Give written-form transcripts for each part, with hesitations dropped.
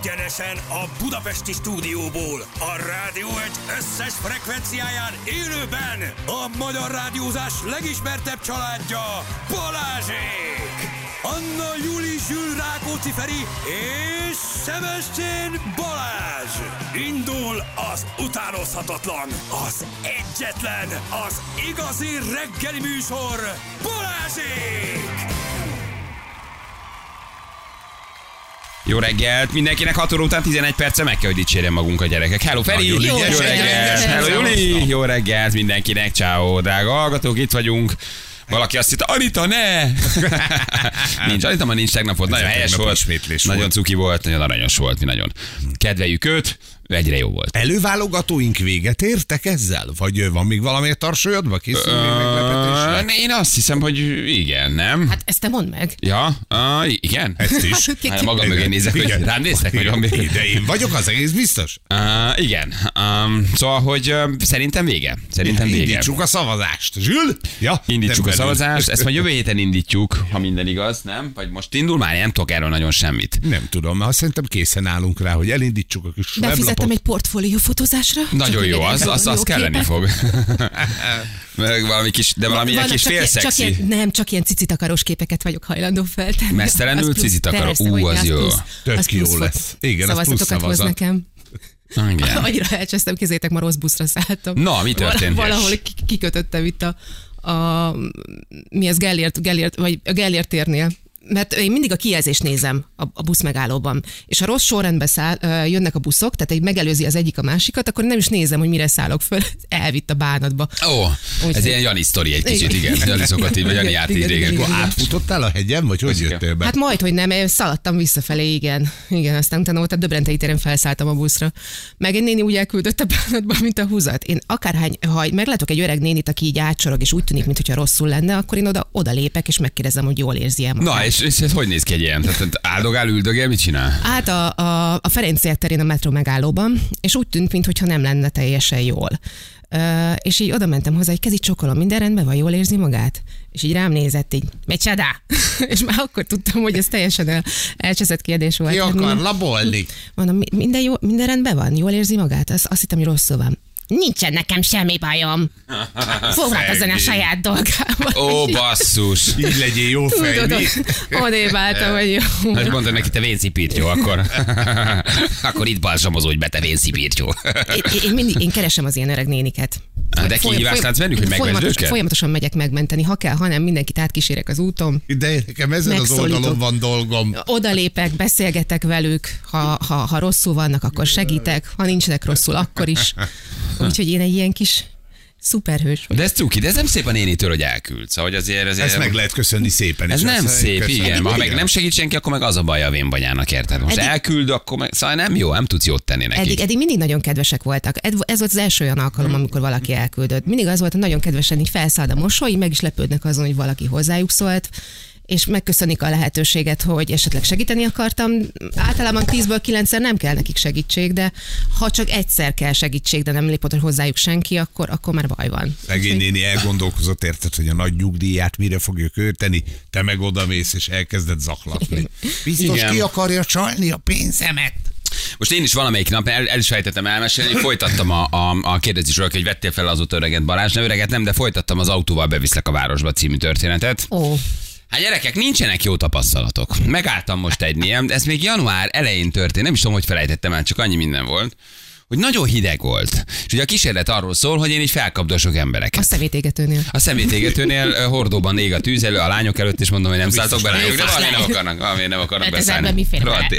Egyenesen a budapesti stúdióból, a Rádió Egy összes frekvenciáján élőben a magyar rádiózás legismertebb családja, Balázsék! Anna Júli Zsül Rákóczi Feri és Sebestyén Balázs! Indul az utánozhatatlan, az egyetlen, az igazi reggeli műsor, Balázsék! Jó reggelt! Mindenkinek 6 óra után 11 perce meg kell, hogy dicsérjem magunkat, gyerekek. Hello Feri! Jó reggelt! Hello Juli! Jó reggelt mindenkinek! Ciao, drága hallgatók, itt vagyunk. Valaki azt hitte, Anita, ne! Nincs, Anita ma nincs, tegnap volt, nagyon helyes volt, nagyon cuki volt, nagyon aranyos volt, mi nagyon kedveljük őt, egyre jó volt. Előválogatóink véget értek ezzel? Vagy van még valamiért tarsolyodva? Készül még meglepetésre? Én azt hiszem, hogy igen, nem? Hát ezt te mondd meg. Ja, igen? Ezt is. Hát magam mögé nézek, hogy rám néztek, vagy van még. De én vagyok az egész biztos? Igen. Szóval, hogy szerintem vége. Indítsuk a szavazást. Zsül? Ja, indítsuk a szavazást, ezt majd jövő héten indítjuk, ha minden igaz, nem? Vagy most indul már? Nem tudok erről nagyon semmit. Nem tudom, mert szerintem készen állunk rá, hogy elindítsuk a kis weblapot. Egy portfóliófotózásra. Nagyon jó, az kelleni fog. Valami kis, de valami ilyen kis félszexi. Csak ilyen cicitakaros képeket vagyok hajlandó feltenni. Mesztelenül cicitakaros. Az jó. Tök jó lesz. Igen, az plusz szavazat. Nekem. Annyira elcsesztem, kézzétek, ma rossz buszra szálltam. Na, mi történt? Valahol kikötöttem itt mi ez Gellért térnél. Mert én mindig a kijelzést nézem a busz megállóban, és ha rossz sorrendbe jönnek a buszok, tehát egy megelőzi az egyik a másikat, akkor nem is nézem, hogy mire szállok föl, elvitt a bánatba. Ez ilyen Jani sztori egy kicsit, igen. Jani szokott így, vagy Jani járt így régen. Átfutottál a hegyen, vagy hogy jöttél be? Hát majd, hogy nem, szaladtam visszafelé, igen, aztán utána ott a Döbrentei téren felszálltam a buszra. Meg egy néni úgy elküldött a bánatba, mint a húzat. Én ha meglátok egy öreg nénit, aki így átsorog, és úgy tűnik, mintha rosszul lenne, akkor én oda lépek, és megkérdezem, hogy jól érzi-e magát. És ez hogy néz ki egy ilyen? Tehát áldogál, üldögél, mit csinál? Hát a Ferenciek terén a metró megállóban, és úgy tűnt, mintha nem lenne teljesen jól. És így oda mentem hozzá, egy kezit csokolom, minden rendben van, jól érzi magát? És így rám nézett így, micsoda? És már akkor tudtam, hogy ez teljesen elcseszett kérdés volt. Ki akar labolni? Mondom, minden rendben van, jól érzi magát? Azt hittem, hogy rosszul van. Nincsen nekem semmi bajom. Foglalkozzon a saját dolgával. Ó, basszus. Így legyél jó fejni. Odébb álltam, hogy jó. Hogy mondod neki, te vénszipírtyó, akkor itt balzsamozódj be, te vénszipírtyó. Én keresem az ilyen öreg néniket. De kihívást látsz bennük, hogy megvesd őket? Folyamatosan megyek megmenteni, ha kell, ha nem, mindenkit átkísérek az úton. De nekem ezen az oldalon van dolgom. Odalépek, beszélgetek velük, ha rosszul vannak, akkor segítek, ha nincsenek rosszul, akkor is. Úgyhogy én egy ilyen kis szuperhős vagyok. De ez cuki, de ez nem szép a nénitől, hogy elküldsz. Szóval, hogy azért ezt meg lehet köszönni szépen. Ez nem szép, igen. Ha meg nem segít senki, akkor meg az a baj a vénbanyának, érted? Most elküld, akkor meg szóval nem jó, nem tudsz jót tenni neki. Eddig mindig nagyon kedvesek voltak. Ez volt az első olyan alkalom, amikor valaki elküldött. Mindig az volt, hogy nagyon kedvesen így felszáll a mosoly, meg is lepődnek azon, hogy valaki hozzájuk szólt, és megköszönik a lehetőséget, hogy esetleg segíteni akartam. Általában 10-ből 9-szer nem kell nekik segítség, de ha csak egyszer kell segítség, de nem lépott hozzájuk senki, akkor már baj van. Szegény néni elgondolkozott, érted, hogy a nagy nyugdíját mire fogja költeni, te meg odamész és elkezded zaklatni. Biztos ki akarja csalni a pénzemet. Most én is valamelyik nap el is fejtettem elmesélni, folytattam a kérdezésről, hogy vettél fel azóta öreget Balázs, ne öreget nem, de folytattam az Autóval beviszlek a városba című történetet. Hát gyerekek, nincsenek jó tapasztalatok. Megálltam most egynél, ez még január elején történt, nem is tudom, hogy felejtettem el, csak annyi minden volt, hogy nagyon hideg volt. És ugye a kísérlet arról szól, hogy én így felkapdosok embereket. A szemétégetőnél. A szemétégetőnél hordóban ég a tűz elő a lányok előtt, és mondom, hogy nem szálltok be lányok, de valami nem akarnak beszállni.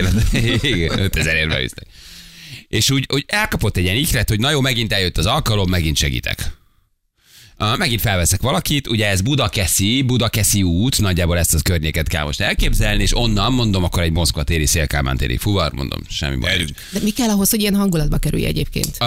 5000 érbe visznek. És úgy elkapott egy ilyen iklet, hogy na jó, megint eljött az alkalom, megint segítek. Megint felveszek valakit, ugye ez Budakeszi út, nagyjából ezt az környéket kell most elképzelni, és onnan mondom, akkor egy Moszkva téri, Szél-Kálmán téri fuvar, mondom, semmi baj. De mi kell ahhoz, hogy ilyen hangulatba kerülj egyébként?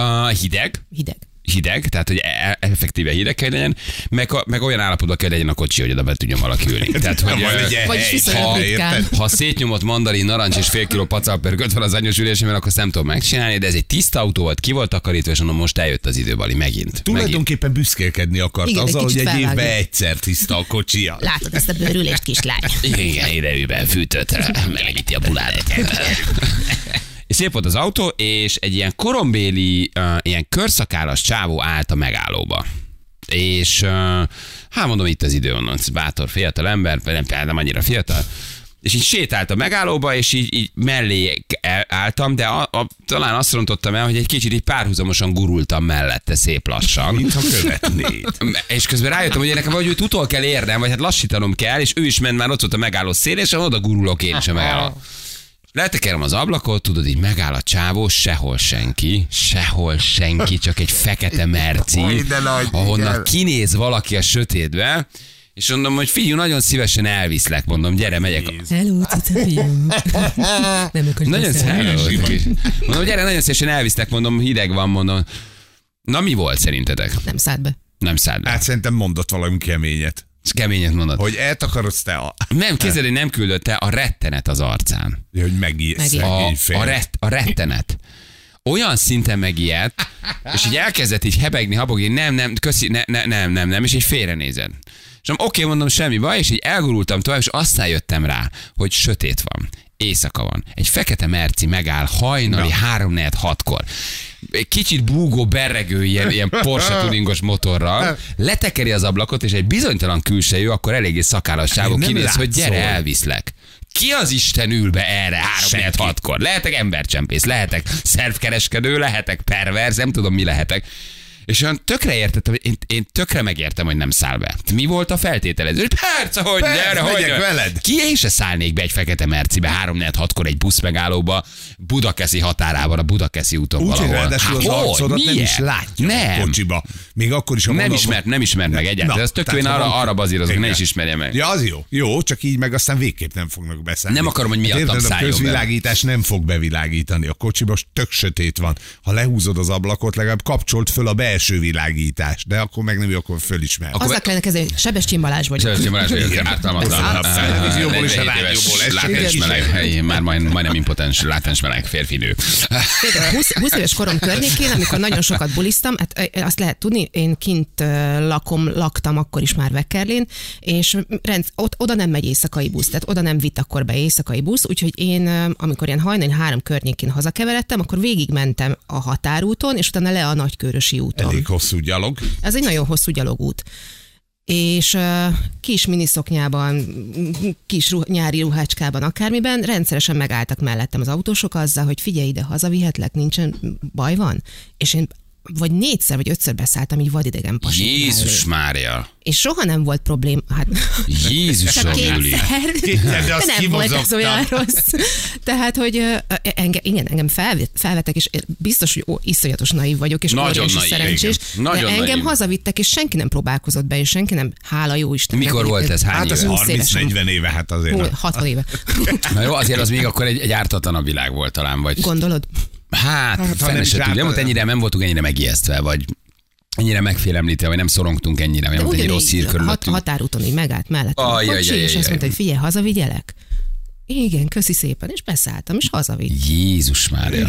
Hideg, tehát hogy effektíve hideg kell legyen, meg olyan állapotban kell legyen a kocsi, hogy oda be tudjon valaki ülni. Tehát, hogy ha szétnyomott mandarin, narancs és fél kiló pacalpörköt van az anyós ülésemben, akkor ezt nem tudom megcsinálni, de ez egy tiszta autó volt, ki volt takarítva, és mondom, most eljött az idő, Bali, megint. Tulajdonképpen büszkélkedni akart igen, azzal, hogy egy évben egyszer tiszta a kocsia. Látod ezt a bőrülést, kislány? Igen, idejűben fűtött, melegíti a buládat. És szép volt az autó, és egy ilyen korombéli, ilyen körszakállas csávó állt a megállóba. És hát mondom, itt az idő, onnan bátor fiatal ember, nem annyira fiatal, és így sétált a megállóba, és így mellé álltam, de talán azt rontottam el, hogy egy kicsit így párhuzamosan gurultam mellette szép lassan. Mintha követnéd. És közben rájöttem, hogy nekem vagy őt utol kell érnem, vagy hát lassítanom kell, és ő is ment már ott volt a megálló szélén, és oda gurulok én is a megálló. Letekerem az ablakot, tudod, így megáll a csávó, sehol senki, csak egy fekete merci, ahonnan kinéz valaki a sötétbe, és mondom, hogy figyelj, nagyon szívesen elviszlek, mondom, gyere, megyek. Hello, cica fiú. Nagyon szívesen. Mondom, gyere, nagyon szívesen elviszlek, mondom, hideg van, mondom. Na, mi volt szerintetek? Nem szállt be. Nem szállt be. Hát szerintem mondott valami keményet. Keményet mondott. Hogy eltakarodsz te a... Nem, képzeld, hogy nem küldötte a rettenet az arcán. Hogy megijedsz. A rettenet. Olyan szinten megijedt, és így elkezdett így hebegni, habogni, nem, köszi, nem, és így félrenézett. És oké, mondom, semmi baj, és így elgurultam tovább, és aztán jöttem rá, hogy sötét van, éjszaka van. Egy fekete merci megáll hajnali 3-4-6-kor. Egy kicsit búgó, berregő, ilyen Porsche tuningos motorral, letekeri az ablakot, és egy bizonytalan külsejű, akkor eléggé szakállas csávó kinéz, hogy gyere, elviszlek. Ki az Isten ül be erre 3-4-6-kor? Lehetek embercsempész, lehetek szervkereskedő, lehetek perverz, nem tudom, mi lehetek. És olyan tökre értettem, hogy én tökre megértem, hogy nem száll be. Mi volt a feltételező? Persze, hogy gyere, hogy veled. Ki én se szállnék be egy fekete mercibe 3-4-6-kor egy buszmegállóba, Budakeszi határában, a Budakeszi úton valahol. Úgy, ráadásul az arcodat nem is látja a kocsiba. Még akkor is, nem ismert meg egyáltalán. Ez tök jó, én arra bazírozok, ne is ismerje meg. Ja, az jó. Jó, csak így meg aztán végképp nem fognak beszállni. Nem akarom, hogy miattam szálljon be. A közvilágítás nem fog bevilágítani. A kocsiba tök sötét van. Ha lehúzod az ablakot, legalább kapcsolt föl a belső világítás, de akkor meg nem jó, akkor fölismer. Azzal kellene kezdeni, Sebestyén Balázs vagy. Sebestyén Balázs vagy, ártalmatlan. Televízióból és a rádióból. Látásmeleg, már majdnem impotens, látásmeleg férfi nő. 20 éves korom környékén, amikor nagyon sokat buliztam, hát azt lehet tudni, én kint laktam akkor is már Veckerlén, és oda nem megy éjszakai busz, tehát oda nem vitt akkor be éjszakai busz, úgyhogy én, amikor ilyen hajnali 3 környékén hazakeveredtem, akkor végigmentem a határúton, és utána le a Nagykőrösi úton. Elég hosszú gyalog. Ez egy nagyon hosszú gyalogút. És kis miniszoknyában, kis nyári ruhácskában, akármiben rendszeresen megálltak mellettem az autósok azzal, hogy figyelj ide, hazavihetlek, nincsen baj van. És én vagy 4-szer vagy 5-ször beszálltam így vadidegen pasik. Jézus Mária! És soha nem volt problém. Hát, Jézusom, Júli! De nem volt ez olyan rossz. Tehát, hogy engem felvettek, és biztos, hogy iszonyatos naív vagyok, és óriási szerencsés. De engem hazavittek, és senki nem próbálkozott be, és senki nem, hála jó Isten. Mikor volt ez? Hány éve? 30-40 éve, hát azért. 60 éve. Na jó, azért az még akkor egy ártatlanabb világ volt talán, vagy... Gondolod? Hát fene se tudja, nem voltunk ennyire megijesztve, vagy ennyire megfélemlítve, vagy nem szorongtunk ennyire, vagy nem volt egy rossz hír körülöttünk. Határúton így megállt mellettem a kocsi, és azt mondta, hogy figyelj, hazavigyelek. Igen, köszi szépen, és beszálltam, és hazavitt. Jézus Mária.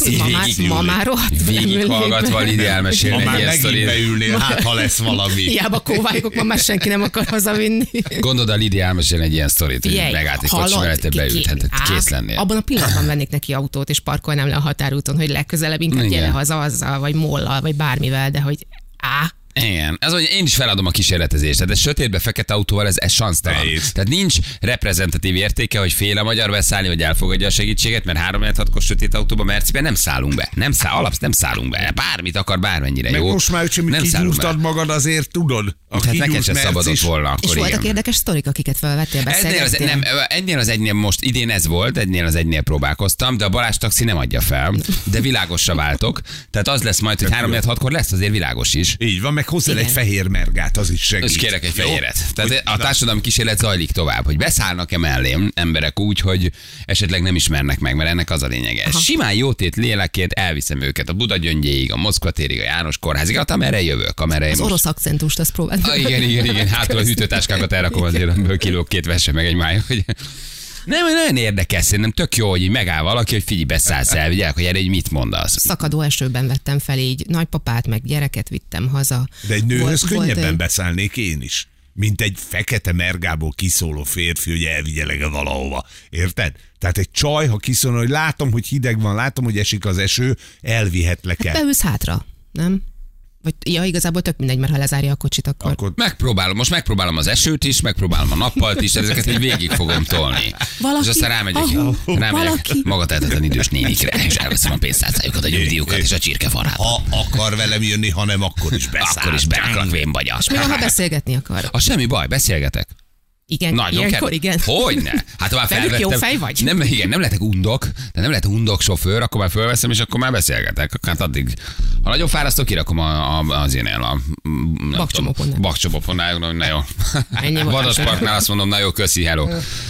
Ma már rohadt. Végighallgatva Lidia elmesélni egy ilyen sztorit. Beülnél, hát ha lesz valami. Hiába kóvályok, ma már senki nem akar hazavinni. Gondolod, a Lidia elmesélni egy ilyen sztorit, hogy megállt egy kocsi mellette, beült, hát kész lennél. Abban a pillanatban vennék neki autót, és parkolnám le a határúton, hogy legközelebb inkább gyere haza azzal, vagy mollal, vagy bármivel, de hogy Igen, ez, hogy én is feladom a kísérletezést. Tehát ez sötétbe fekete autóval ez sansztalan. Tehát nincs reprezentatív értéke, hogy fél a magyar beszállni, vagy elfogadja a segítséget, mert 3-6-kor sötét autóba, Merciben nem szállunk be. Nem szállunk be. Bármit akar, bármennyire meg jó. Most már, hogy kigyúrtad magad, azért tudod. Tehát neked sem szabadott volna akkor. És voltak érdekes sztorik, akiket felvettél, beszélgettél? Ennél az egynél most idén ez volt, egynél próbálkoztam, de a Balázs taxi nem adja fel, de világosra váltok. Tehát az lesz majd, hogy 3-6-kor lesz azért világos is. Így van, meg hozzá egy fehér mergát, az is segít. És kérek egy fehéret. Tehát a társadalmi kísérlet zajlik tovább, hogy beszállnak-e mellém emberek úgy, hogy esetleg nem ismernek meg, mert ennek az a lényege. Simán jótét lélekként elviszem őket a Buda gyöngyéig, a Moszkva térig, a János kórházig, hát amerre jövök, amerre az orosz akcentust, azt próbálom. Igen. Hátul a hűtőtáskákat elrakom azért, amiből kilóg 2 vesse meg egy mája, hogy... Nem, nagyon érdekes, szerintem tök jó, hogy így megáll valaki, hogy figyelj, beszállsz el, vigyelek, hogy erre így mit mondasz. Szakadó esőben vettem fel így, nagypapát meg gyereket vittem haza. De egy nőhöz könnyebben beszállnék én is. mint egy fekete mergából kiszóló férfi, hogy elvigyelek valahova. Érted? Tehát egy csaj, ha kiszól, hogy látom, hogy hideg van, látom, hogy esik az eső, elvihetlek el. Beülsz hátra, nem? Vagy ja, igazából tök mindegy, mert ha lezárja a kocsit, akkor... Megpróbálom az esőt is, megpróbálom a nappalt is, ezeket így végig fogom tolni. Valaki, és aztán rámegyek magatehetetlen idős nénikre, és elveszem a pénztárcájukat, a nyugdíjukat és a csirkefarát. Ha akar velem jönni, hanem akkor is beszáll. Akkor is berakvén vagy. És mi van, ha beszélgetni akar? Semmi baj, beszélgetek. Igen, ilyenkor igen. Hogyne? Hát már felvettem. Jó fej vagy? Nem lehetek undok, de nem lehetek undok sofőr, akkor már fölveszem, és akkor már beszélgetek. Hát addig, ha nagyon fárasztó, kirakom az énél a bakcsomoponnál, na jó. Vadasparknál azt mondom, na jó, köszi, hello.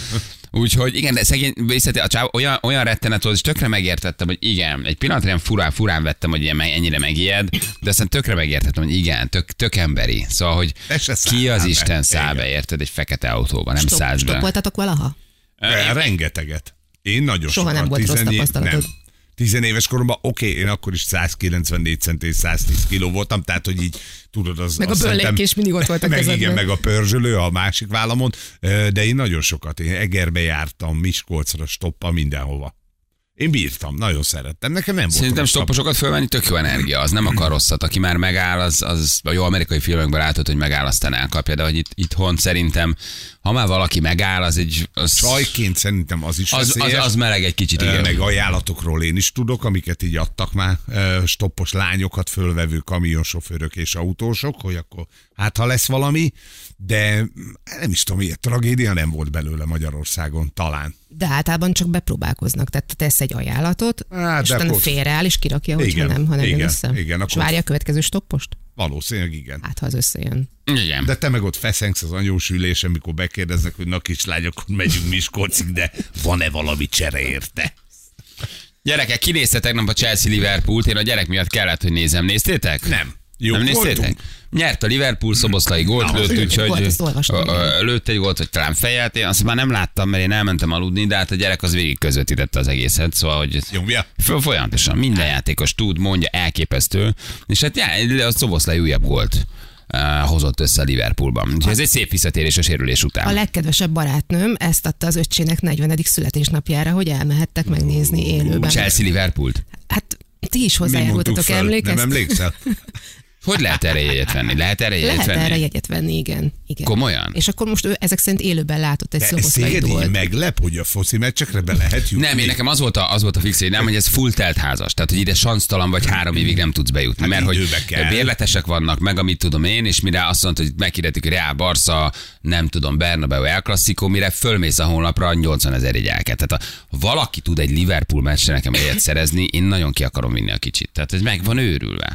Úgyhogy igen, de szegény, a csáv olyan rettenet volt, és tökre megértettem, hogy igen, egy pillanatra furán vettem, hogy ennyire megijed, de aztán tökre megértettem, hogy igen, tök emberi. Szóval, hogy ki az Isten száll be, érted, egy fekete autóban, nem szállsz be. Stoppoltatok valaha? Rengeteget. Én nagyon soha nem volt rossz tapasztalatod. 10 éves koromban, én akkor is 194 cent és 110 kiló voltam, tehát, hogy így tudod, az... Meg a bőrlékés mindig ott volt a kezedben. Igen, meg a pörzsölő a másik vállamon, de én nagyon sokat, én Egerbe jártam, Miskolcra, Stoppa, mindenhova. Én bírtam, nagyon szerettem, nekem nem volt. Szerintem stopposokat fölvenni tök jó energia, az nem akar rosszat. Aki már megáll, az jó amerikai filmekben látod, hogy megáll, aztán elkapja, de hogy itthon szerintem, ha már valaki megáll, az egy... Csajként szerintem az is veszélyes. Az meleg egy kicsit, igen. Meg ajánlatokról én is tudok, amiket így adtak már stoppos lányokat fölvevő kamionsofőrök és autósok, hogy akkor hát ha lesz valami, de nem is tudom, ilyen tragédia nem volt belőle Magyarországon, talán. De általában csak bepróbálkoznak, tehát tesz egy ajánlatot, és utána félreáll, és kirakja, hogyha nem jön össze. Igen, és várja a következő stoppost? Valószínűleg igen. Hát, ha az összejön. Igen. De te meg ott feszengsz az anyós ülésen, mikor bekérdeznek, hogy na kislányok, megyünk Miskolcig, de van-e valami csere érte? Gyerekek, kinézte tegnap a Chelsea-Liverpoolt, én a gyerek miatt kellett, hogy nézem. Néztétek? Nem. Jó, nem néztétek? Nyert a Liverpool, Szoboszlai gólt lőtt, úgyhogy lőtt egy gólt, hogy talán fejelt. Én azt már nem láttam, mert én elmentem aludni, de hát a gyerek az végig közvetítette az egészet, szóval, hogy folyamatosan minden játékos tud, mondja, elképesztő. És hát a Szoboszlai újabb gólt hozott össze a Liverpoolban. Úgyhogy ez egy szép visszatérés a sérülés után. A legkedvesebb barátnőm ezt adta az öccsének 40. születésnapjára, hogy elmehettek megnézni élőben. Chelsea-Liverpoolt? Hát ti is hozzájárultatok, emlékeztek? Nem emlékszel? Hogy lehet erre jegyet venni? Lehet erre jegyet venni, igen. Komolyan? És akkor most ő ezek szerint élőben látott egy Szoboszlai gólt. Meglep, hogy a foci meccsekre be lehet jutni? Nem, én nekem az volt a fix, hogy nem, hogy ez full telt házas. Tehát, hogy ide sansztalan vagy 3 évig nem tudsz bejutni. Hát mert hogy bérletesek vannak, meg amit tudom én, és mire azt mondta, hogy meghirdetik, hogy Real Barca, nem tudom, Bernabeu El Clasico, mire fölmész a honlapra 80 000 jegyelket. Tehát ha valaki tud egy Liverpool meccsre nekem egyet szerezni, én nagyon ki akarom vinni a kicsit. Tehát ez meg van őrülve.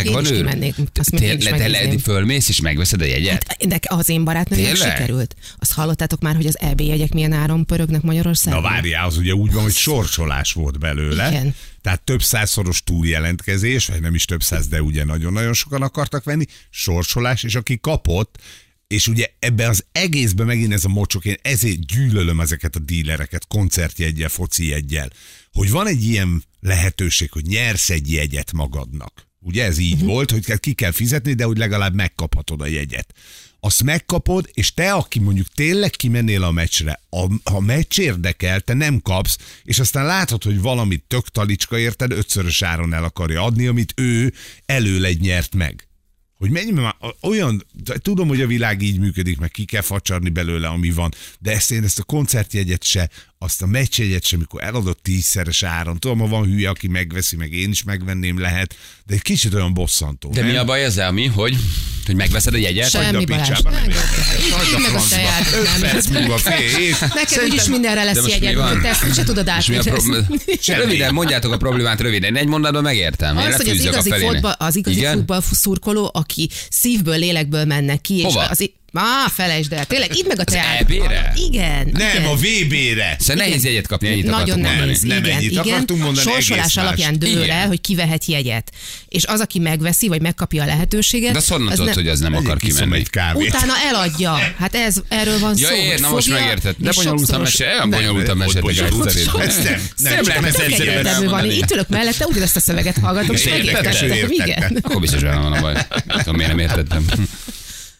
De fölmész és megveszed a jegyet? Hát, de az én barátnőmnek sikerült. Azt hallottátok már, hogy az EB jegyek milyen áron pörögnek Magyarországon? Na várjál, az ugye úgy van, hogy sorsolás volt belőle. Igen. Tehát több százszoros túljelentkezés, vagy nem is több száz, de ugye nagyon-nagyon sokan akartak venni, sorsolás, és aki kapott, és ugye ebben az egészben megint ez a mocsok, én ezért gyűlölöm ezeket a dílereket, koncertjeggyel, foci jeggyel, hogy van egy ilyen lehetőség, hogy nyersz egy jegyet magadnak. Ugye ez így volt, hogy ki kell fizetni, de hogy legalább megkaphatod a jegyet. Azt megkapod, és te, aki mondjuk tényleg kimennél a meccsre, ha meccs érdekel, te nem kapsz, és aztán látod, hogy valamit tök talicska érted, 5-szörös áron el akarja adni, amit ő előleg nyert meg. Hogy mennyi már olyan, tudom, hogy a világ így működik, meg ki kell facsarni belőle, ami van, de ezt a koncertjegyet se, azt a meccsjegyet se, mikor eladott 10-szeres áron. Tudom, ha van hülye, aki megveszi, meg én is megvenném lehet, de egy kicsit olyan bosszantó. De nem? Mi a baj ezzel, hogy megveszed a jegyet? Semmi baj. Nekem úgyis mindenre lesz jegyed, hogy te ezt se tudod átvégezni. Röviden, mondjátok a problémát röviden. Egy mondatban megértem. Az, hogy az igazi futball szurkoló, aki szívből, lélekből mennek ki, és felejtsd el. Tényleg, itt meg a teát. EB-re? Igen. Nem, a VB-re. Szóval nehéz jegyet kapni, ennyit nagyon nehéz. Nem ennyit akartunk mondani. Sorsolás alapján dől el, hogy ki vehet jegyet. És az, aki megveszi, vagy megkapja a lehetőséget. De azt honnan tudod, hogy az nem akar kimenni? Utána eladja. Hát erről van szó. Ja, ér, na most megérted. De bonyolultam mesélni. Olyan bonyolultam Nem lehet egyszerűen van. Itt ülök mellette, ugyanazt a szöveget hallgatom, és megértettem. Igen. Akkor biztos velem van a baj. Miért nem értettem.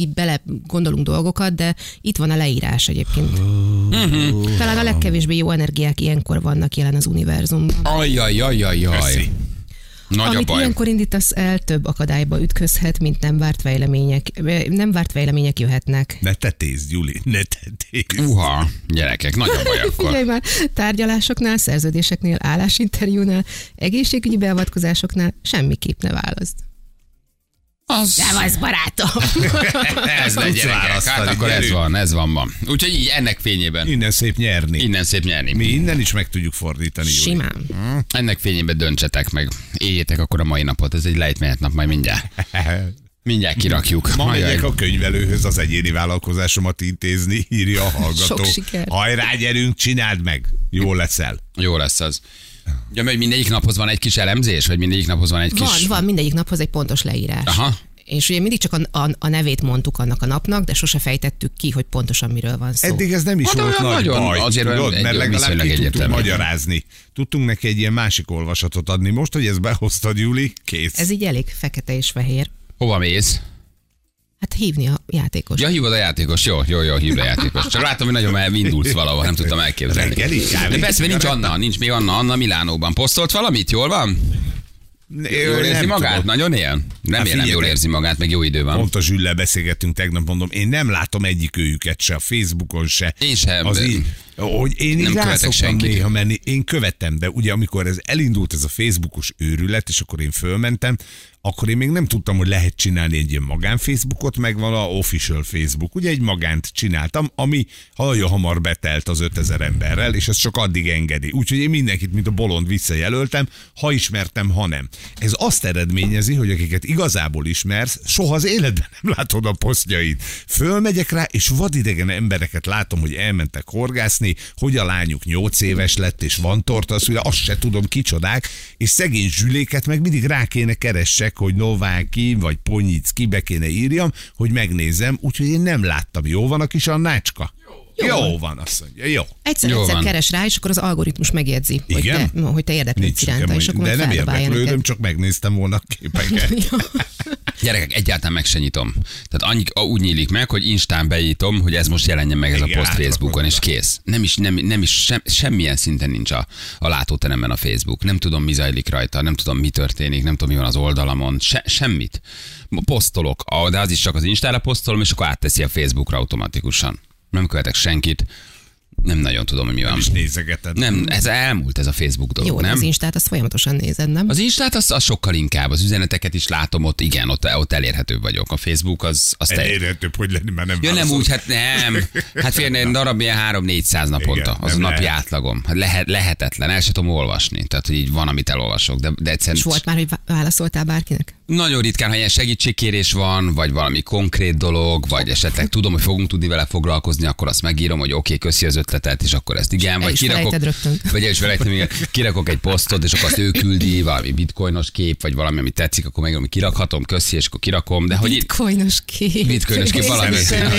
mindig így bele gondolunk dolgokat, de itt van a leírás egyébként. Talán a legkevésbé jó energiák ilyenkor vannak jelen az univerzumban. Ajjajajajaj. Nagy Amit ilyenkor indítasz el, több akadályba ütközhet, mint nem várt fejlemények jöhetnek. Ne tetézd, Juli, ne tetézd. Gyerekek, nagy a baj akkor. Figyelj már, tárgyalásoknál, szerződéseknél, állásinterjúnál, egészségügyi beavatkozásoknál semmiképp ne válaszd. Nem az, barátom. Ez legyen, gyerekek. Hát akkor ez van. Úgyhogy így ennek fényében. Innen szép nyerni. Mi innen is meg tudjuk fordítani. Simán. Ennek fényében döntsetek meg. Éljétek akkor a mai napot. Ez egy lejtmenetnap, majd mindjárt kirakjuk. Ma megyek a könyvelőhöz az egyéni vállalkozásomat intézni, írja a hallgató. Sok siker. Hajrá, gyerünk, csináld meg. Jó leszel. Jó lesz az. Ja, hogy mindegyik naphoz van egy kis elemzés, vagy mindegyik naphoz van egy kis... Van mindegyik naphoz egy pontos leírás. Aha. És ugye mindig csak a nevét mondtuk annak a napnak, de sose fejtettük ki, hogy pontosan miről van szó. Eddig ez nem is volt nagy baj, azért tudod, mert legalább ki tudtuk magyarázni. Tudtunk neki egy ilyen másik olvasatot adni. Most, hogy ezt behoztad, Juli, kész. Ez így elég fekete és fehér. Hova mész? Hát hívni a játékos. Ja, hívod a játékos. Jó, hívd a játékos. Csak látom, hogy nagyon elindulsz valahol, nem tudtam elképzelni. De persze, nincs Anna, nincs még Anna Milánóban. Posztolt valamit? Jól van? Jól érzi magát? Tudom. Nagyon él? Remélem jól érzi magát, meg jó idő van. Pont a Zsüllel beszélgettünk tegnap, mondom, én nem látom egyik őjüket se, a Facebookon se. Én sem. Hogy én így rászoktam néha menni, én követem, de ugye amikor ez elindult ez a Facebookos őrület, és akkor én fölmentem, akkor én még nem tudtam, hogy lehet csinálni egy ilyen magán Facebookot, meg van a official Facebook. Ugye egy magánt csináltam, ami nagyon hamar betelt az 5000 emberrel, és ez csak addig engedi. Úgyhogy én mindenkit, mint a bolond visszajelöltem, ha ismertem, ha nem. Ez azt eredményezi, hogy akiket igazából ismersz, soha az életben nem látod a posztjait. Fölmegyek rá, és vadidegen embereket látom, hogy elmentek horgászni, hogy a lányuk 8 éves lett, és van torta, azt se tudom kicsodák, és szegény Zsüléket meg mindig rá kéne keressek, hogy Nováki vagy Ponyicki be kéne írjam, hogy megnézem, úgyhogy én nem láttam. Jó van a kis Annácska? Jó van, azt mondja. Jó. Egyszer keres rá, és akkor az algoritmus megjegyzi, hogy te érdeklődsz iránta, és akkor de nem érdeklődöm, csak megnéztem volna a képeket. Gyerekek, egyáltalán meg se nyitom. Tehát úgy nyílik meg, hogy Instán beítom, hogy ez most jelenjen meg ez a poszt Facebookon, és kész. Nem is semmilyen szinten nincs a látóteremben a Facebook. Nem tudom, mi zajlik rajta, nem tudom, mi történik, nem tudom, mi van az oldalamon, semmit. Posztolok, de az is csak az Instára posztolom, és akkor átteszi a Facebookra automatikusan. Nem követek senkit, nem nagyon tudom, hogy mi van. Nem is nézegeted. Nem, ez elmúlt ez a Facebook dolog, jó, nem? Az Instát azt folyamatosan nézed, nem? Az Instát az sokkal inkább, az üzeneteket is látom, ott igen, ott elérhetőbb vagyok. A Facebook az elérhetőbb, hogy lenni, mert nem ja, nem úgy, hát nem. Hát félne darab ilyen 300-400 naponta, az a napi átlagom. Hát lehetetlen, el sem tudom olvasni. Tehát, hogy így van, amit elolvasok. De egyszerűen... És volt már, hogy válaszoltál bárkinek? Nagyon ritkán, ha ilyen segítségkérés van, vagy valami konkrét dolog, vagy esetleg tudom, hogy fogunk tudni vele foglalkozni, akkor azt megírom, hogy oké, köszi az ötletet, és akkor ezt igen, vagy kirakok, vagy el is felejtem, igen, kirakok egy posztot, és akkor azt ő küldi, valami bitcoinos kép, vagy valami, ami tetszik, akkor megírom, hogy kirakhatom, köszi, és akkor kirakom. De hogy bitcoinos kép valami.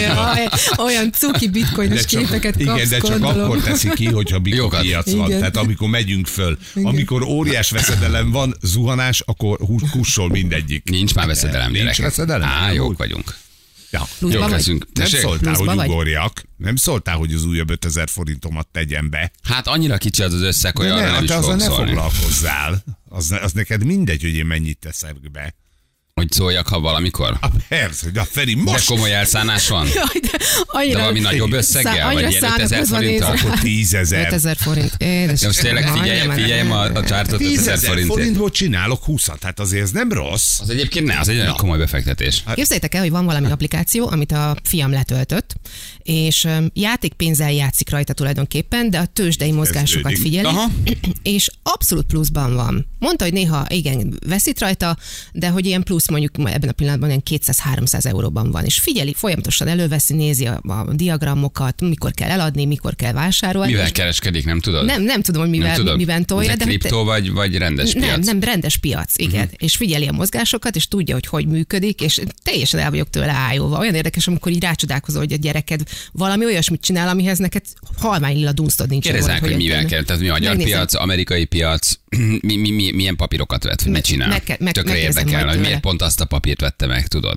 Olyan cuki bitcoinos képeket kapsz, igen, de csak gondolom. Akkor teszi ki, hogyha bitcoin piac van. Tehát amikor megyünk föl, amikor óriás veszedelem van, zuhanás, akkor kussol mindegy. Nincs már veszedelem, gyerekek. Nincs veszedelem? Jók vagyunk. Ja. Jók leszünk. Nem szóltál, hogy ugorjak. Nem szóltál, hogy az újabb 5000 forintomat tegyem be. Hát annyira kicsi az összeg, hogy arra nem is fogok szólni. Ne foglalkozzál. Az neked mindegy, hogy én mennyit teszek be. Hogy szóljak, ha valamikor? Persze, de Feri, most... De komoly elszánás van? De valami nagyobb összeggel? Vagy ilyen 5000 forinttal? Akkor 10 000. 5000 forint. De most tényleg figyeljem a csártot 5000 forintért. forintból csinálok 20-at, hát azért ez nem rossz. Az egyébként az egy nagyon komoly befektetés. Képzeljétek el, hogy van valami applikáció, amit a fiam letöltött, és játékpénzzel játszik rajta tulajdonképpen, de a tőzsdei mozgásokat figyeli, és abszolút pluszban van. Mondta, hogy néha igen, veszít rajta, de hogy ilyen plusz mondjuk ebben a pillanatban ilyen 200-300 euróban van, és figyeli, folyamatosan előveszi, nézi a diagramokat, mikor kell eladni, mikor kell vásárolni. Mivel kereskedik, nem tudod? Nem tudom, hogy miben tolja. Ez kriptó vagy rendes piac? Nem, rendes piac, igen. És figyeli a mozgásokat, és tudja, hogy működik, és teljesen el vagyok tőle ájulva. Olyan érdekes, amikor így rácsodálkozol, hogy a gyereked valami olyasmit csinál, amihez neked halványlila dunsztod nincs. Kérdezzák, hogy mivel kell, tehát mi a magyar piac, amerikai piac, milyen papírokat vett, mit csinál? Tökre érdekel, hogy miért pont azt a papírt vette meg, tudod?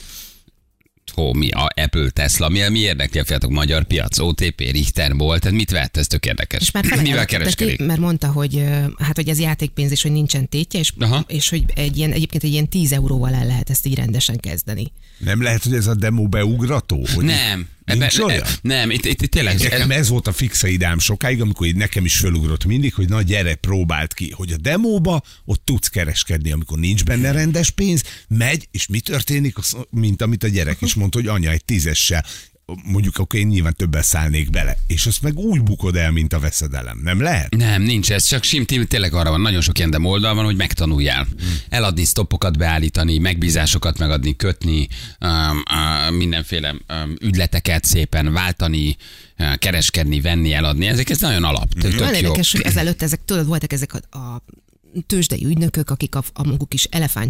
Mi a Apple, Tesla, mi érdekli a fiatalok, magyar piac, OTP, Richter volt, tehát mit vett, ez tök érdekes. És már mivel kereskedik? Mert mondta, hogy hogy ez játékpénz, és hogy nincsen tétje, és hogy egyébként egy ilyen 10 euróval el lehet ezt így rendesen kezdeni. Nem lehet, hogy ez a demo beugrató? Nem. Nem, itt tényleg. Nekem ez volt a fixa ideám sokáig, amikor nekem is fölugrott mindig, hogy na gyere, próbáld ki, hogy a demóba ott tudsz kereskedni, amikor nincs benne rendes pénz, megy, és mi történik, mint amit a gyerek is mondta, hogy anya egy 10-essel. Mondjuk akkor én nyilván többet szállnék bele, és azt meg úgy bukod el, mint a veszedelem. Nem lehet? Nem, nincs ez, csak tényleg arra van, nagyon sok ilyen demo oldal van, hogy megtanuljál. Eladni, stoppokat beállítani, megbízásokat megadni, kötni, mindenféle ügyleteket szépen váltani, kereskedni, venni, eladni. Ez nagyon alap. Nagyon érdekes, hogy ezelőtt voltak ezek a tőzsdei ügynökök, akik a maguk is elefántcsont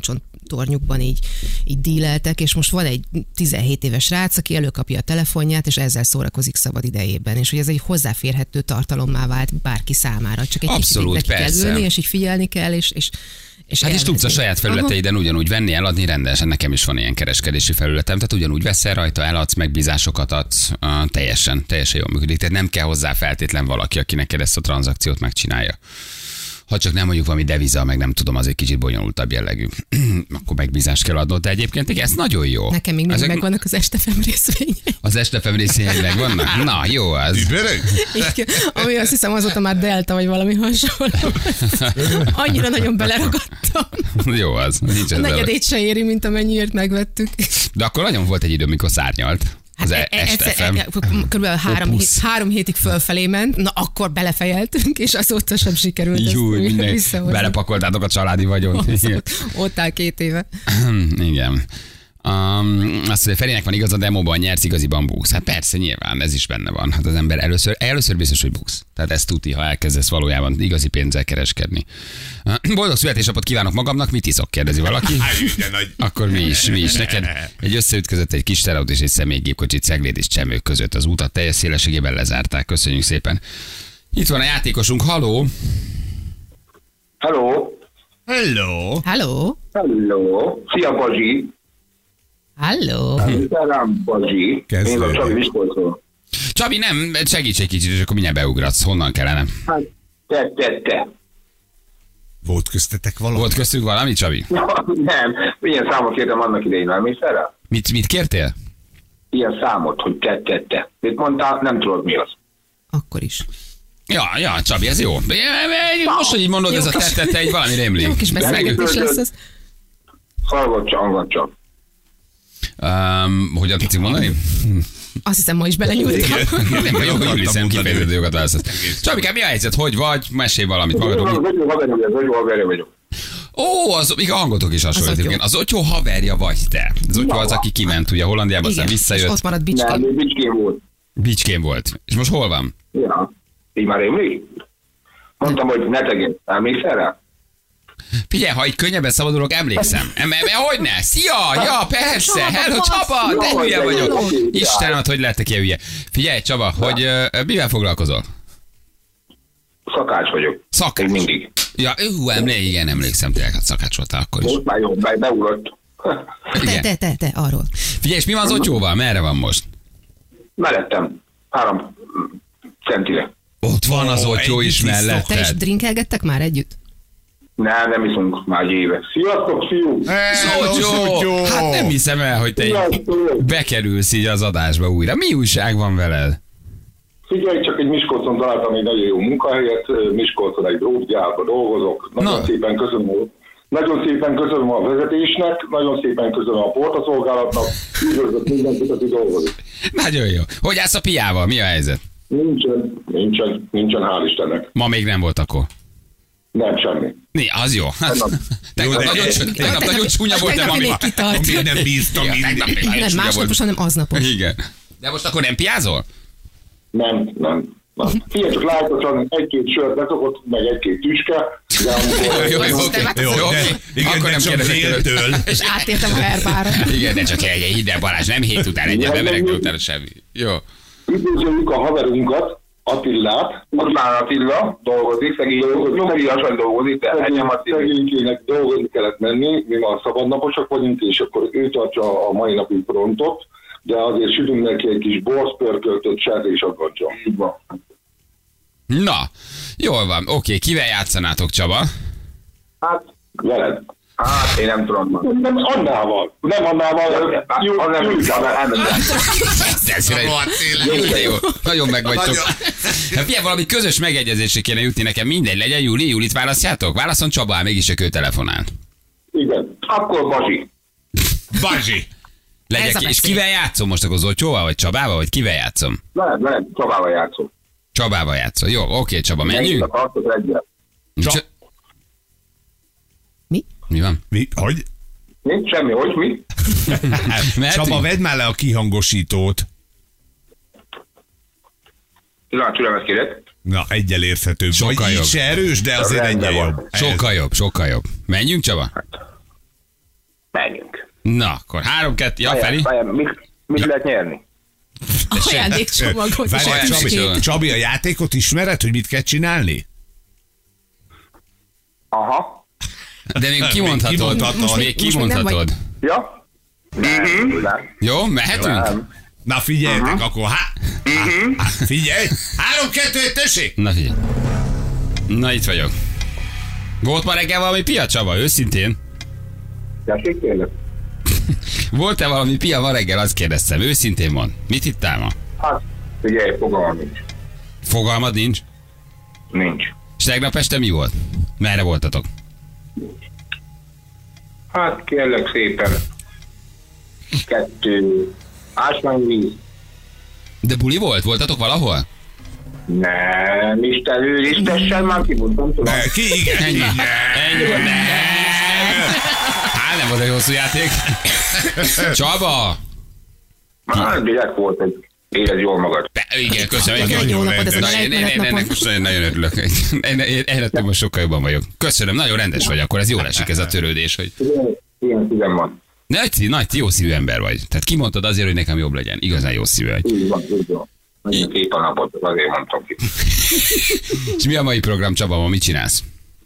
tornyukban így díleltek, és most van egy 17 éves srác, aki előkapja a telefonját, és ezzel szórakozik szabad idejében. És hogy ez egy hozzáférhető tartalommá vált bárki számára. Csak egy abszolút, kicsit neki kell ülni, és így figyelni kell, és hát és tudsz a saját felületeiden ugyanúgy venni, eladni rendesen. Nekem is van ilyen kereskedési felületem, tehát ugyanúgy veszel rajta, eladsz, megbízásokat adsz, teljesen jól működik. Tehát nem kell hozzá feltétlen valaki, aki neked ezt a tranzakciót megcsinálja. Ha csak nem mondjuk valami deviza, meg nem tudom, az egy kicsit bonyolultabb jellegű. Akkor megbízást kell adnod, de egyébként igen, ez nagyon jó. Nekem még mindig megvannak az Estefem részvények. Az Estefem részvények megvannak? Na, jó az. Ami azt hiszem azóta már Delta, vagy valami hasonló. Annyira nagyon beleragadtam. Jó az. A negyedét se éri, mint amennyiért megvettük. De akkor nagyon volt egy idő, mikor szárnyalt. Az körülbelül 3 hétig fölfelé ment, na akkor belefejeltünk, és azóta sem sikerült visszahozni. Belepakoltátok a családi vagyont. Ott áll 2 éve. Igen. Azt mondja, Ferinek van igaz, a demóban nyersz, igaziban buksz. Hát persze, nyilván, ez is benne van. Hát az ember először biztos, hogy buksz. Tehát ez tuti, ha elkezdesz valójában igazi pénzzel kereskedni. Boldog születésnapot kívánok magamnak, mit iszok, kérdezi valaki. Akkor mi is. Neked egy összeütközött egy kis teraut és egy személygépkocsit Cegléd és Csemők között. Az utat teljes szélességében lezárták. Köszönjük szépen. Itt van a játékosunk, haló. Hello. Hello. Hello. Hello. Szia, Bazsi. Hello. Szerám, Bazsi. Én a Csabi Miskolcról. Csabi, nem, segíts egy kicsit, és akkor mindjárt beugratsz. Honnan kellene? Hát, te. Volt köztetek valami? Volt köztünk valami, Csabi? Nem. Milyen számot kértem annak idején, nem is erre? Mit kértél? Ilyen számot, hogy te. Mit mondtál? Nem tudod, mi az. Akkor is. Ja, Csabi, ez jó. Most, hogy így mondod, ez a te egy valami rémlik. Jó kis beszélgetés lesz az. Hallgatsa. Hogyan tudsz mondani? Azt hiszem, ma is belenyúltam. Nem, jól hiszem, kifejezett jogat választasz. Csabikám, mi a helyzet? Hogy vagy? Mesélj valamit magadról. Az haverja vagyok. Ó, az hangotok is hasonlít. Az Otyó haverja vagy te. Az Otyó az, aki kiment ugye Hollandiába, aztán visszajött. És ott maradt Bicskén. Nem, Bicskén volt. Bicskén volt. És most hol van? Ja. Így már emlék? Mondtam, hogy ne tegyen. Emlékszel rá? Figyelj, ha így könnyebben szabadulok, emlékszem. Hogyne? Szia! Ja, persze! Hello, Csaba! De hülye vagyok! Istenem, hogy lettek ilyen hülye. Figyelj, Csaba, hogy mivel foglalkozol? Szakács vagyok. Szakács? Még mindig. Ja, igen, emlékszem, tényleg, hát szakács voltál akkor is. Most már jó, beugrott. Te, arról. Figyelj, és mi van az Otyóval? Merre van most? Mellettem. 3 centire. Ott van az Otyó is melletted. Te is drinkelgettek már együtt? Nem iszunk már egy éve. Sziasztok, fiú! Otyó! Hát nem hiszem el, hogy te így bekerülsz így az adásba újra. Mi újság van veled? Figyelj, csak egy Miskolcon találtam egy nagyon jó munkahelyet. Miskolcon egy drótgyárban dolgozok. Nagyon szépen köszönöm a vezetésnek, nagyon szépen köszönöm a portaszolgálatnak. Üdvözlök mindenkit, aki dolgozik. Nagyon jó. Hogy állsz a piával? Mi a helyzet? Nincsen, hál' Istennek. Ma még nem volt akkor? Nem, semmi. Az jó. Tegnap nagyon csúnya volt, de Még nem bíztam mindig. Nem másnapos, hanem aznapos. Igen. De most akkor nem piázol? Nem. Figyelj, csak lájtosan 1-2 sört beszokott, meg 1-2 tüske, de Jó, akkor nem kérdezek tőle. És átértem a verbára. Igen, de csak egy ide, Balázs, nem 7 után, egy bemelegbe utána semmi. Jó. Üdvözöljük a haverunkat, Attilát. Attila dolgozik, nyugdíjasan dolgozik, de szegénykének dolgozni kellett menni, mi már szabadnaposak vagyunk, és akkor ő tartsa a mai napi frontot, de azért sütünk neki egy kis borszpörköltött sertés aggadja. Így van. Na, jól van, oké, kivel játszanátok, Csaba? Hát, veled. Hát, én nem tudom. Nem Annával. Jó, nagyon meg vagytok. Figyelj, valami közös megegyezésre kéne jutni nekem, mindegy legyen, Julit választjátok? Válaszol Csaba, mégis ő telefonál. Igen, akkor Bazsi. Legyek, és kivel játszom most akkor, Zotyóval, vagy Csabával, vagy kivel játszom? Nem, Csabával játszom. Csabával játszol. Jó, oké, Csaba, menjünk? Mi van? Hogy? Nincs semmi, hogy mi? Csaba, vedd már le a kihangosítót. Pillanat, türelmet kérek. Na, egyel érthetőbb. Sokkal vagy jobb. így se erős, de azért egyel jobb. Sokkal jobb. Menjünk, Csaba? Na, akkor 3-2, ja, Feri. Mit lehet nyerni? Ajándékcsomagot. Csabi, a játékot ismered, hogy mit kell csinálni? Aha. De még kimondhatod. Még kimondhatod. Ja? Jó, mehetünk? Na figyeljetek, akkor figyelj! 3-2-1, tessék! Na figyelj. Na itt vagyok. Volt ma reggel valami pia, Csaba? Őszintén? Tessék, kérlek. Volt-e valami pia ma reggel? Azt kérdeztem. Őszintén van. Mit hittál ma? Hát, figyelj, fogalmam nincs. Fogalmad nincs? Nincs. És tegnap este mi volt? Merre voltatok? Hát, kérlek szépen. 2 ásványvíz. De buli volt? Voltatok valahol? Nem, Isten őriztessen, már kimondtam, tudom. Igen. Ennyi volt. Hát nem volt egy hosszú játék. Csaba! Hát, direkt volt egy érez jól magad. Igen, köszönöm. Jó napot, ez a lejtmenetnapon. Nagyon örülök. Egyre több most sokkal jobban vagyok. Köszönöm, nagyon rendes vagy, akkor ez jól esik ez a törődés. Hogy... Ilyen szívem van. Nagy, jó szívű ember vagy. Tehát kimondtad azért, hogy nekem jobb legyen. Igazán jó szívű vagy. Így van. Nagyon szép a napot, azért mondtam ki. És mi a mai program, Csaba, ma mit csinálsz?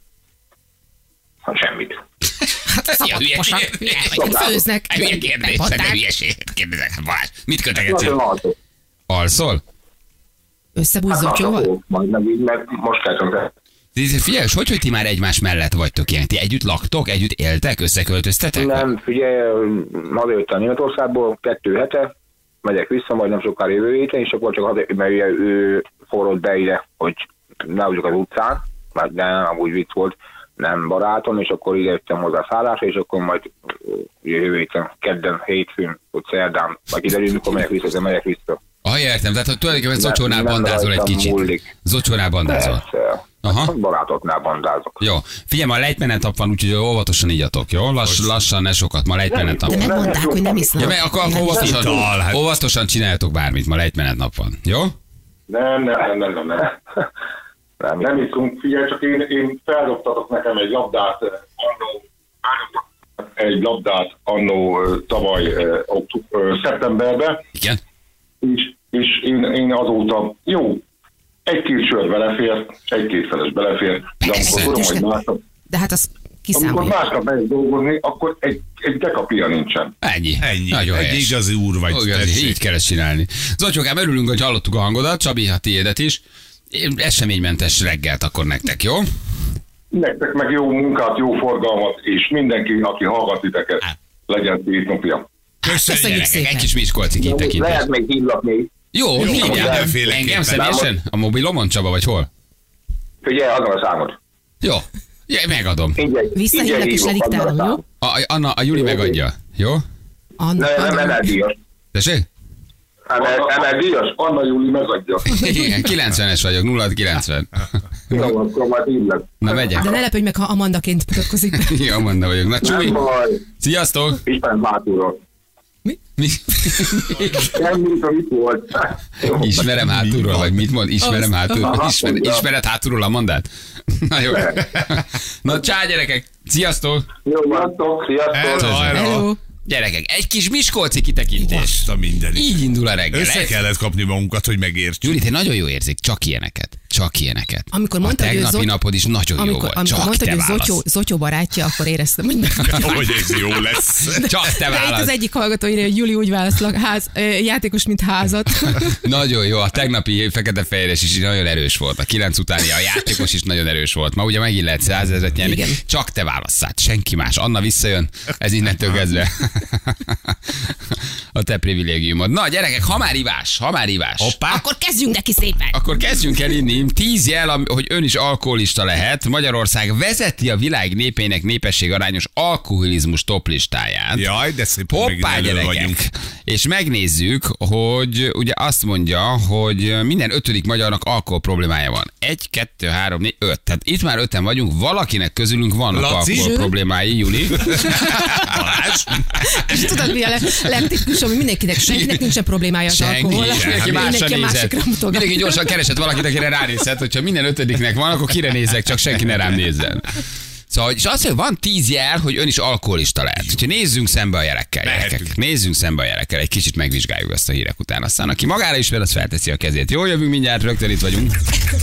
Ha semmit. Szabadkosak, főznek. Hülye kérdés, de hülyeséget kérdezek. Balázs, mit kötegetsz? Alszol? Összebújsz Zotyóval? Majd meg így, mert most kezdtem be. Figyelj, hogy ti már egymás mellett vagytok ilyen? Ti együtt laktok, együtt éltek, összeköltöztetek? Nem, figyelj, hazajöttem Németországból 2 hete, megyek vissza, majd nem sokára jövő héten, és akkor csak mert ő forrott be ide, hogy ne ugyak az utcán, mert nem, amúgy vicc volt, nem barátom, és akkor ide jöttem hozzá szállásra, és akkor majd jövő héten, kedden, hétfőn, vagy szerdán, vagy ide mikor megyek vissza, de megyek vissza. Értem, tehát tulajdonképpen Zocsónál bandázol egy kicsit. Zocsónál bandázol. Persze. Aha. Barátoknál bandázok. Jó. Figyelj, ma lejtmenetnap van, úgyhogy óvatosan igyatok, jó? Lassan, ne sokat, ma lejtmenetnap De van. nem mondták, hogy nem isznak. Ja, mert akkor óvatosan csináljatok bármit, ma lejtmenetnap van, jó? Nem. Nem iszunk, figyelj, csak én feldobtatok nekem egy labdát annó tavaly szeptemberben. Igen? És én azóta, jó, 1-2 sör belefér, 1-2 feles belefér, de amikor tudom, hogy másnap, de hát az amikor kiszámolja. másnap megyek dolgozni, akkor egy dekapia nincsen. Ennyi. Nagyon egy helyes. Igazi úr vagy. Így kell ezt csinálni. Zocsókám, örülünk, hogy hallottuk a hangodat, Csabi, a tiédet is. Eseménymentes reggelt akkor nektek, jó? Nektek meg jó munkát, jó forgalmat, és mindenki, aki hallgat titeket, legyen szép napja. Köszönjük szépen. Egy kis miskolci kitekintés. Lehet még hívlak még. Jó, engem személyesen? A mobilomon, Csaba, vagy hol? Figyelj, adom a számot. Jó, megadom. Visszahívlak és lediktálom, jó? Anna, a Juli megadja, jó? Nem emeldíjas. Tessék? Emeldíjas? Anna Juli megadja. Igen, 90-es vagyok, 0-90. Jó, akkor majd hívlak. Na megyek. De ne lepődj meg, ha Amandaként mutatkozik. Jó, Amanda vagyok. Na csúly. Nem baj. Sziasztok. Ismerem hátulról. Mi? Nem, mint amit volt. Ismerem hátulról, vagy mit mond? Ismerem hátulról. Ismered hátulról Amandát? Na jó. Na csá, gyerekek. Sziasztok. Jó, sziasztok. Hello. Gyerekek, egy kis miskolci kitekintés. Azt a mindenit. Így indul a reggel. Össze kellett kapni magunkat, hogy megértsük. Júli, te nagyon jó érzik, csak ilyeneket. Amikor mondtad, a tegnapi napod is nagyon jó volt. Amikor mondtad, hogy Zotyó barátja, akkor éreztem, hogy hogy ez jó lesz. Csak te válasz. Az egyik hallgató írja, hogy Juli úgy válaszol játékos, mint házat. Nagyon jó, a tegnapi fekete-fehéres is nagyon erős volt. A 9 utáni a játékos is nagyon erős volt. Ma ugye megint lehet 100 000-et nyerni. Igen. Csak te válasszál, senki más. Anna visszajön, ez innentől kezdve. A te privilégiumod. Na gyerekek, ha már ivás. Hoppá. Akkor kezdjünk neki szépen. Akkor kezdjünk el inni. 10 jel, hogy ön is alkoholista lehet. Magyarország vezeti a világ népeinek népességarányos alkoholizmus toplistáját. Jaj, de szépen hoppá, gyerekek. Vagyunk. És megnézzük, hogy ugye azt mondja, hogy minden 5. magyarnak alkohol problémája van. 1, 2, 3, 4, 5. Tehát itt már 5-en vagyunk, valakinek közülünk vannak alkohol problémái, Juli. Balázs. És tudod, mi a legtipikusabb, hogy senkinek nincsen problémája az alkohol. Mindenki másra nézett. Mindenki gyorsan keresett valakit, akire ránézhet, hogyha minden 5-nek van, akkor kire nézek, csak senki ne rám nézzen. Szóval, és azt mondja, van 10 jel, hogy ön is alkoholista lehet. Úgyhogy nézzünk szembe a jelekkel, gyerekek. Nézzünk szembe a jelekkel, egy kicsit megvizsgáljuk ezt a hírek után. Aztán aki magára ismer, az felteszi a kezét. Jól jövünk mindjárt, rögtön itt vagyunk.